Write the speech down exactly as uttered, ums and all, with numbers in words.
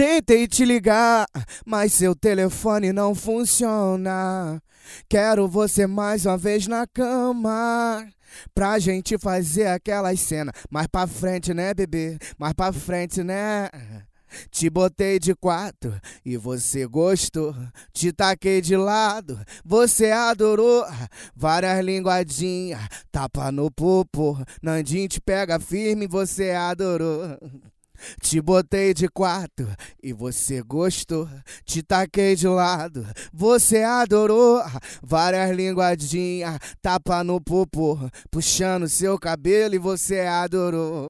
Tentei te ligar, mas seu telefone não funciona. Quero você mais uma vez na cama, pra gente fazer aquelas cenas. Mais pra frente, né, bebê? Mais pra frente, né? Te botei de quatro e você gostou. Te taquei de lado, você adorou. Várias linguadinhas, tapa no popo. Nandinho te pega firme, você adorou. Te botei de quatro e você gostou. Te taquei de lado, você adorou. Várias linguadinhas, tapa no popô, puxando seu cabelo e você adorou.